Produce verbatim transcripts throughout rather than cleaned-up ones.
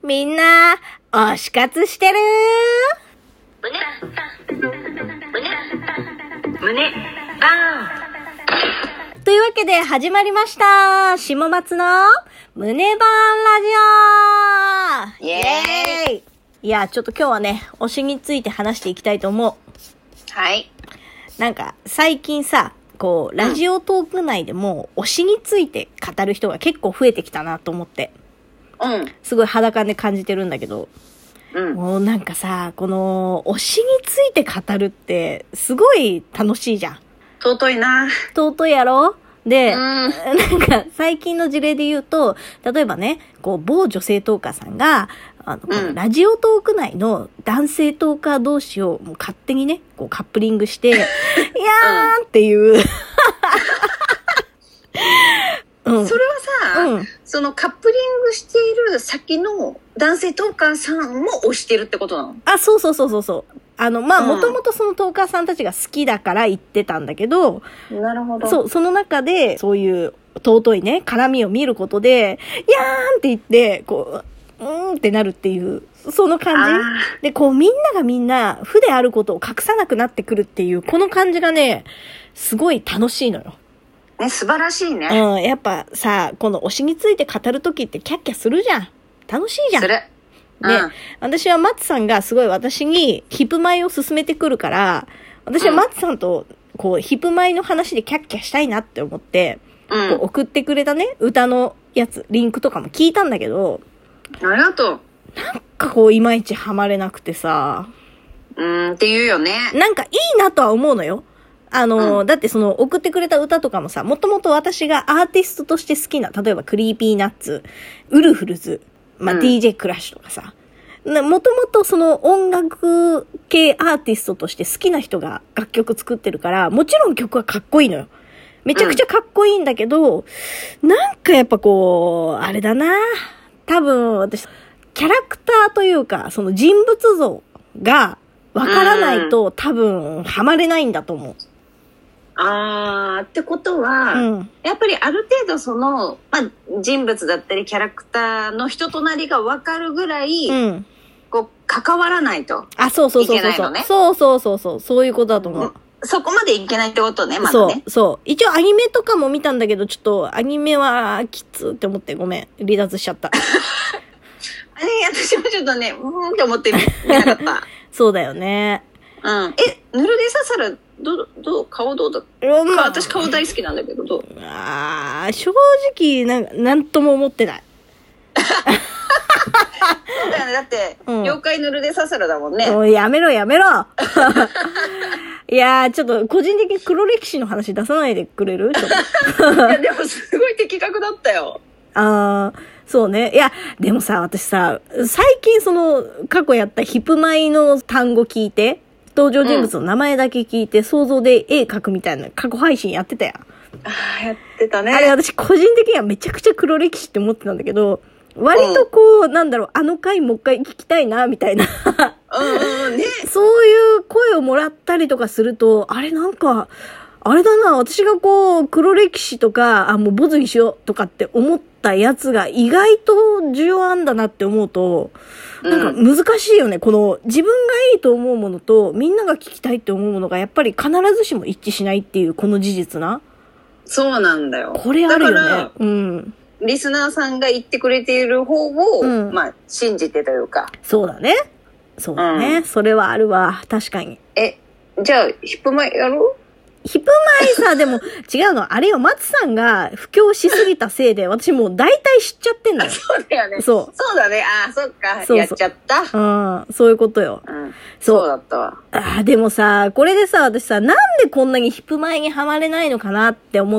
みんな、推し活してる？ 胸、胸、胸、バーン。 というわけで始まりました。下松の胸バーンラジオ。 イエーイ。 いや、ちょっと今日はね、推しについて話していきたいと思う。 はい。 なんか、最近さ、こう、ラジオトーク内でも推しについて語る人が結構増えてきたなと思って。 うん。 すごい肌感で感じてるんだけど、 うん。 もうなんかさ、この推しについて語るってすごい楽しいじゃん。 尊いな。 尊いやろ？で、 うん、 なんか最近の事例で言うと、例えばね、こう某女性トーカーさんが、あの、うん、ラジオトーク内の男性トーカー同士をもう勝手にね、こうカップリングして、いやーっていう、 うん、それはさ、うん、そのカップリングしている先の男性トーカーさんも推してるってことなの？ あ、そうそうそうそうそう。あの、まあ、もともとそのトーカーさんたちが好きだから言ってたんだけど、 なるほど。 そう、その中で、そういう尊いね、絡みを見ることで、いやーんって言って、こう、うーんってなるっていう、その感じで、こう、みんながみんな、負であることを隠さなくなってくるっていう、この感じがね、すごい楽しいのよ。 ね、素晴らしいね。 うん、やっぱさ、この推しについて語るときってキャッキャするじゃん。楽しいじゃん。 する。 で、うん、私はマッツさんがすごい私にヒップマイを勧めてくるから、私はマッツさんとこうヒップマイの話でキャッキャしたいなって思って、うん、こう送ってくれたね、歌のやつ、リンクとかも聞いたんだけど、 ありがとう。 なんかこういまいちハマれなくてさ、 うーんって言うよね。 なんかいいなとは思うのよ。あの、うん、だってその送ってくれた歌とかもさ、もともと私がアーティストとして好きな、例えばクリーピーナッツ、ウルフルズ、まあ、うん、ディージェー クラッシュとかさ、もともとその音楽系アーティストとして好きな人が楽曲作ってるから、もちろん曲はかっこいいのよ。めちゃくちゃかっこいいんだけど、うん、なんかやっぱこう、あれだな。多分私、キャラクターというか、その人物像がわからないと、うん、多分ハマれないんだと思う。 あーってことは、うん、やっぱりある程度その、まあ、人物だったりキャラクターの人となりが分かるぐらい、うん、こう関わらないといけないのね。 あ、そうそうそうそう。そうそうそうそう。そういうことだと思う。 うん、そこまでいけないってことね、まだね。 そうそう。一応アニメとかも見たんだけど、ちょっとアニメはきつって思ってごめん。離脱しちゃった。あれ、私もちょっとね、うーんって思って見なかった。 そうだよね。 うん。え、ヌルデササラ、どう、どう、顔どうだ、うん、私顔大好きなんだけど、どう？ ああ、正直、なん、なんとも思ってない。 そうだよね。だって、うん、妖怪ヌルデササラだもんね。 もうやめろやめろいやー、ちょっと個人的に黒歴史の話出さないでくれる？ちょっといや、でもすごい的確だったよ。 ああ、そうね。いや、でもさ、私さ、最近その、過去やったヒップマイの単語聞いて、登場人物の名前だけ聞いて、うん、想像で絵描くみたいな過去配信やってたやん。 ああ、やってたね。 あれ私個人的にはめちゃくちゃ黒歴史って思ってたんだけど、割とこう、うん、なんだろう、あの回もう一回聞きたいな、みたいな。 うんうんね。 そういう声をもらったりとかすると、あれなんか、あれだな、私がこう、黒歴史とか、あ、もうボツにしようとかって思ったやつが意外と需要あんだなって思うと、なんか難しいよね。うん、この自分がいいと思うものとみんなが聞きたいって思うものがやっぱり必ずしも一致しないっていうこの事実な。 そうなんだよ。 これあるよね。だから、うん。 リスナーさんが言ってくれている方を、うん、まあ信じてというか。 そうだね。そうだね。うん、それはあるわ。確かに。 え、じゃあヒップマイやろう？ ヒップマイさ、でも違うの。あれよ、松さんが布教しすぎたせいで、私もう大体知っちゃってんだよ。 そうだよね。 そう。 そうだね。ああ、そっか。そうそう。やっちゃった。 うん。そういうことよ。 うん。そう。そうだったわ。 ああ、でもさ、これでさ、私さ、なんでこんなにヒップマイにハマれないのかなって思って、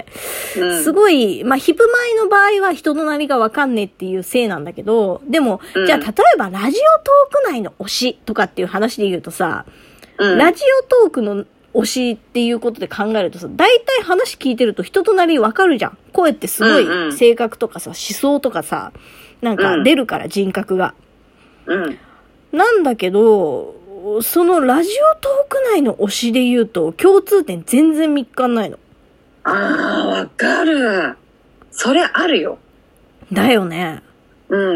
うん、すごい、まあ、ヒップマイの場合は人となりがわかんねえっていうせいなんだけど、でも、うん、じゃあ例えばラジオトーク内の推しとかっていう話で言うとさ、うん、ラジオトークの推しっていうことで考えるとさ、大体話聞いてると人となりわかるじゃん。声ってすごい性格とかさ、思想とかさ、なんか出るから人格が。 うん。 なんだけど、そのラジオトーク内の推しで言うと共通点全然見っかんないの。 ああ、わかる。それあるよ。 だよね。 うん。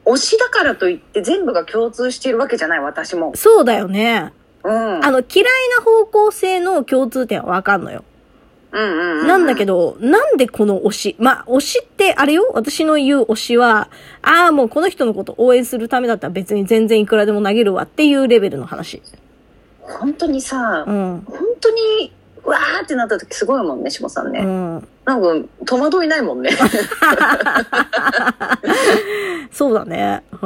推しだからといって全部が共通しているわけじゃない、私も。 そうだよね。 うん。 あの、嫌いな方向性の共通点はわかんのよ。 うんうんうんうん。 なんだけど、なんでこの推し、まあ、推しってあれよ、私の言う推しは、ああ、もうこの人のこと応援するためだったら別に全然いくらでも投げるわっていうレベルの話。 本当にさ、 うん、 本当に、わーってなった時すごいもんね、下さんね。 うん、 なんか、戸惑いないもんね。 そうだね。うん。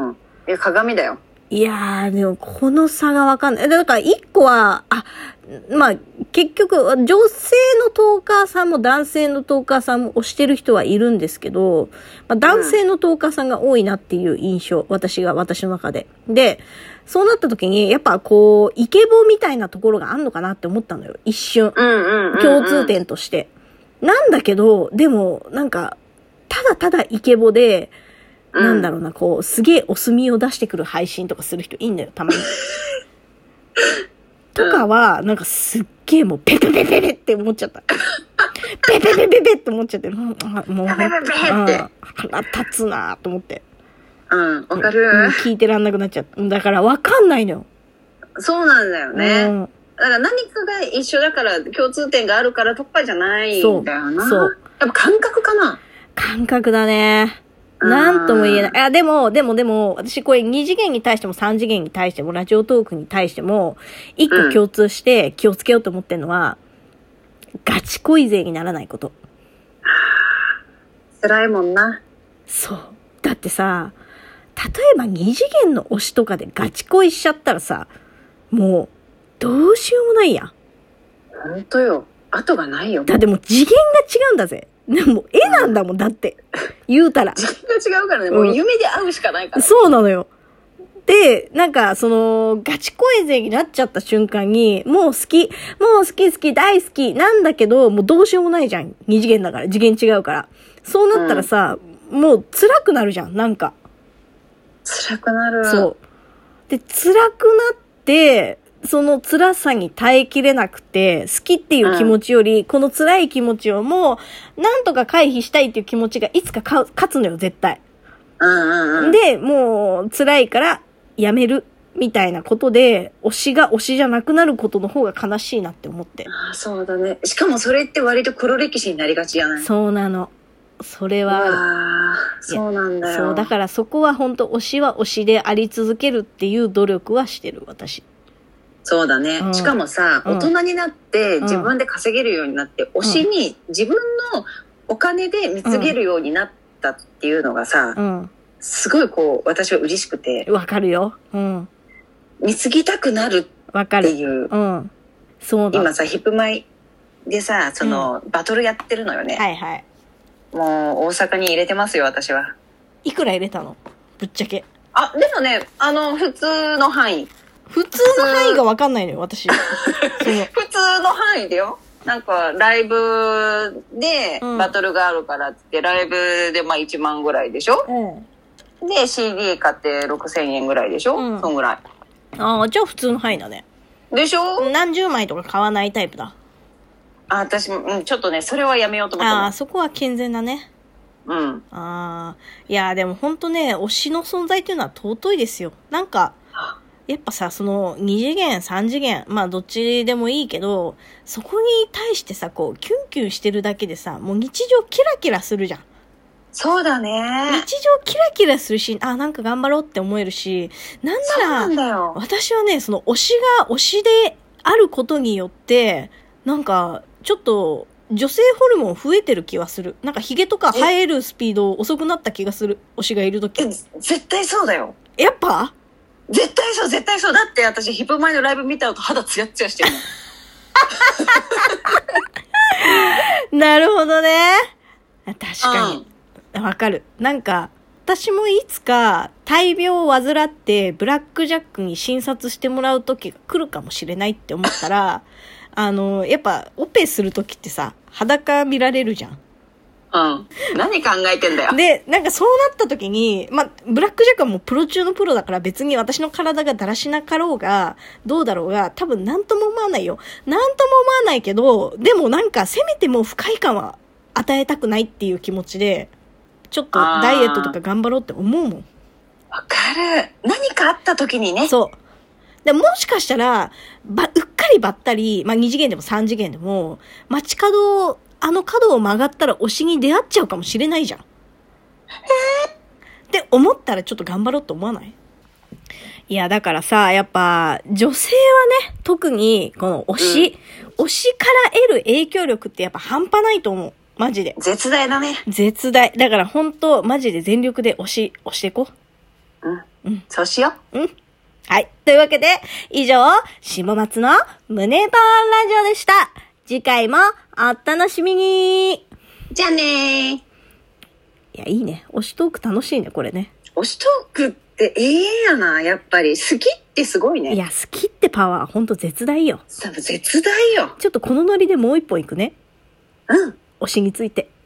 うん。いや、鏡だよ。 いやー、でも、この差がわかんない。だから、一個は、あ、まあ、結局、女性のトーカーさんも男性のトーカーさんも推してる人はいるんですけど、まあ、男性のトーカーさんが多いなっていう印象、うん、私が、私の中で。で、そうなった時に、やっぱこう、イケボみたいなところがあんのかなって思ったのよ。一瞬。 うんうんうんうん、 共通点として。なんだけど、でも、なんか、ただただイケボで、うん、なんだろうな、こう、すげえお墨を出してくる配信とかする人いいんだよ、たまに。とかは、なんかすっげえもう、ペペペペペって思っちゃった。ペペペペペって思っちゃって、もう、もう、 ペペペペって。 腹立つなーと思って。 うん、わかる、 うん。聞いてらんなくなっちゃった。だからわかんないのよ。 そうなんだよね。 うん、 だから何かが一緒だから、共通点があるからとかじゃないんだよな。そう。そうやっぱ感覚かな。 感覚だね。なんとも言えない。あ、でも、でも、でも、私これに次元に対してもさん次元に対しても、ラジオトークに対しても、一個共通して気をつけようと思ってるのは、うん、ガチ恋勢にならないこと。 辛いもんな。 そう。だってさ、例えばに次元の推しとかでガチ恋しちゃったらさ、もう、どうしようもないやん。 ほんとよ。後がないよ。 だってもう次元が違うんだぜ。でも絵なんだもん、うん、だって。言うたら。 次元が違うからね。もう夢で会うしかないから。 そうなのよ。で、なんか、その、ガチ恋勢になっちゃった瞬間に、もう好き、もう好き好き、大好き、なんだけど、もうどうしようもないじゃん。二次元だから、次元違うから。そうなったらさ、うん、もう辛くなるじゃん、なんか。 辛くなる。 そう。で、辛くなって、その辛さに耐えきれなくて、好きっていう気持ちより、うん、この辛い気持ちをもう、なんとか回避したいっていう気持ちがいつかか勝つのよ、絶対。 うんうんうん、 で、もう辛いからやめるみたいなことで、推しが推しじゃなくなることの方が悲しいなって思って。 ああ、そうだね。しかもそれって割と黒歴史になりがちじゃない？ そうなの。それは。 ああ、そうなんだよ。 そう、だからそこは本当推しは推しであり続けるっていう努力はしてる、私。 そうだね、うん、しかもさ、うん、大人になって自分で稼げるようになって、うん、推しに自分のお金で貢げるようになったっていうのがさ、うん、すごいこう私は嬉しくて。 わかるよ。うん。 貢ぎたくなるっていう。 うん。そうだ。 今さ、ヒップマイでさ、その、うん、バトルやってるのよね。 はいはい。 もう大阪に入れてますよ、私は。 いくら入れたの？ぶっちゃけ。 あ、でもね、あの、普通の範囲。 普通の範囲が分かんないのよ、私。 普通の範囲だよ。なんか、ライブでバトルがあるからって、うん、ライブでまあいちまんぐらいでしょ、うん、で、シーディー 買ってろくせんえんぐらいでしょ、うん、そんぐらい。 ああ、じゃあ普通の範囲だね。 でしょ？ 何十枚とか買わないタイプだ。 あ、私も、うん、ちょっとね、それはやめようと思って。 ああ、そこは健全だね。 うん。 ああ、いや、でもほんとね、推しの存在っていうのは尊いですよ。なんか、やっぱさ、その、に次元、さん次元、まあどっちでもいいけど、そこに対してさ、こう、キュンキュンしてるだけでさ、もう日常キラキラするじゃん。 そうだね。 日常キラキラするし、あ、なんか頑張ろうって思えるし、なんなら、 そうなんだよ。 私はね、その推しが推しであることによって、なんか、ちょっと、女性ホルモン増えてる気はする。なんかヒゲとか生えるスピード遅くなった気がする。推しがいるとき。 絶対そうだよ。 やっぱ絶対そう、絶対そう。だって私ヒップマイのライブ見た後肌ツヤツヤしてるの。なるほどね。確かに。わ、うん、かる。なんか、私もいつか大病を患ってブラックジャックに診察してもらう時が来るかもしれないって思ったら、あの、やっぱオペする時ってさ、裸見られるじゃん。 うん。何考えてんだよ。 で、なんかそうなった時に、ま、ブラックジャックはもうプロ中のプロだから別に私の体がだらしなかろうが、どうだろうが、多分なんとも思わないよ。なんとも思わないけど、でもなんかせめてもう不快感は与えたくないっていう気持ちで、ちょっとダイエットとか頑張ろうって思うもん。 わかる。何かあった時にね。 そう。でもしかしたら、ば、うっかりばったり、まあ、に次元でもさん次元でも、街角を、あの角を曲がったら推しに出会っちゃうかもしれないじゃん。へーって思ったらちょっと頑張ろうと思わない？いや、だからさ、やっぱ、女性はね、特に、この推し、うん、推しから得る影響力ってやっぱ半端ないと思う。マジで。 絶大だね。 絶大。だからほんと、マジで全力で推し、推していこう。うん。うん。そうしよう。うん。はい。というわけで、以上、下松の胸パンラジオでした。次回もお楽しみに。 じゃあねー。 いや、いいね。推しトーク楽しいね、これね。 推しトークって永遠やな、やっぱり。好きってすごいね。 いや、好きってパワー、ほんと絶大よ。 多分絶大よ。 ちょっとこのノリでもう一本いくね。 うん。 推しについて。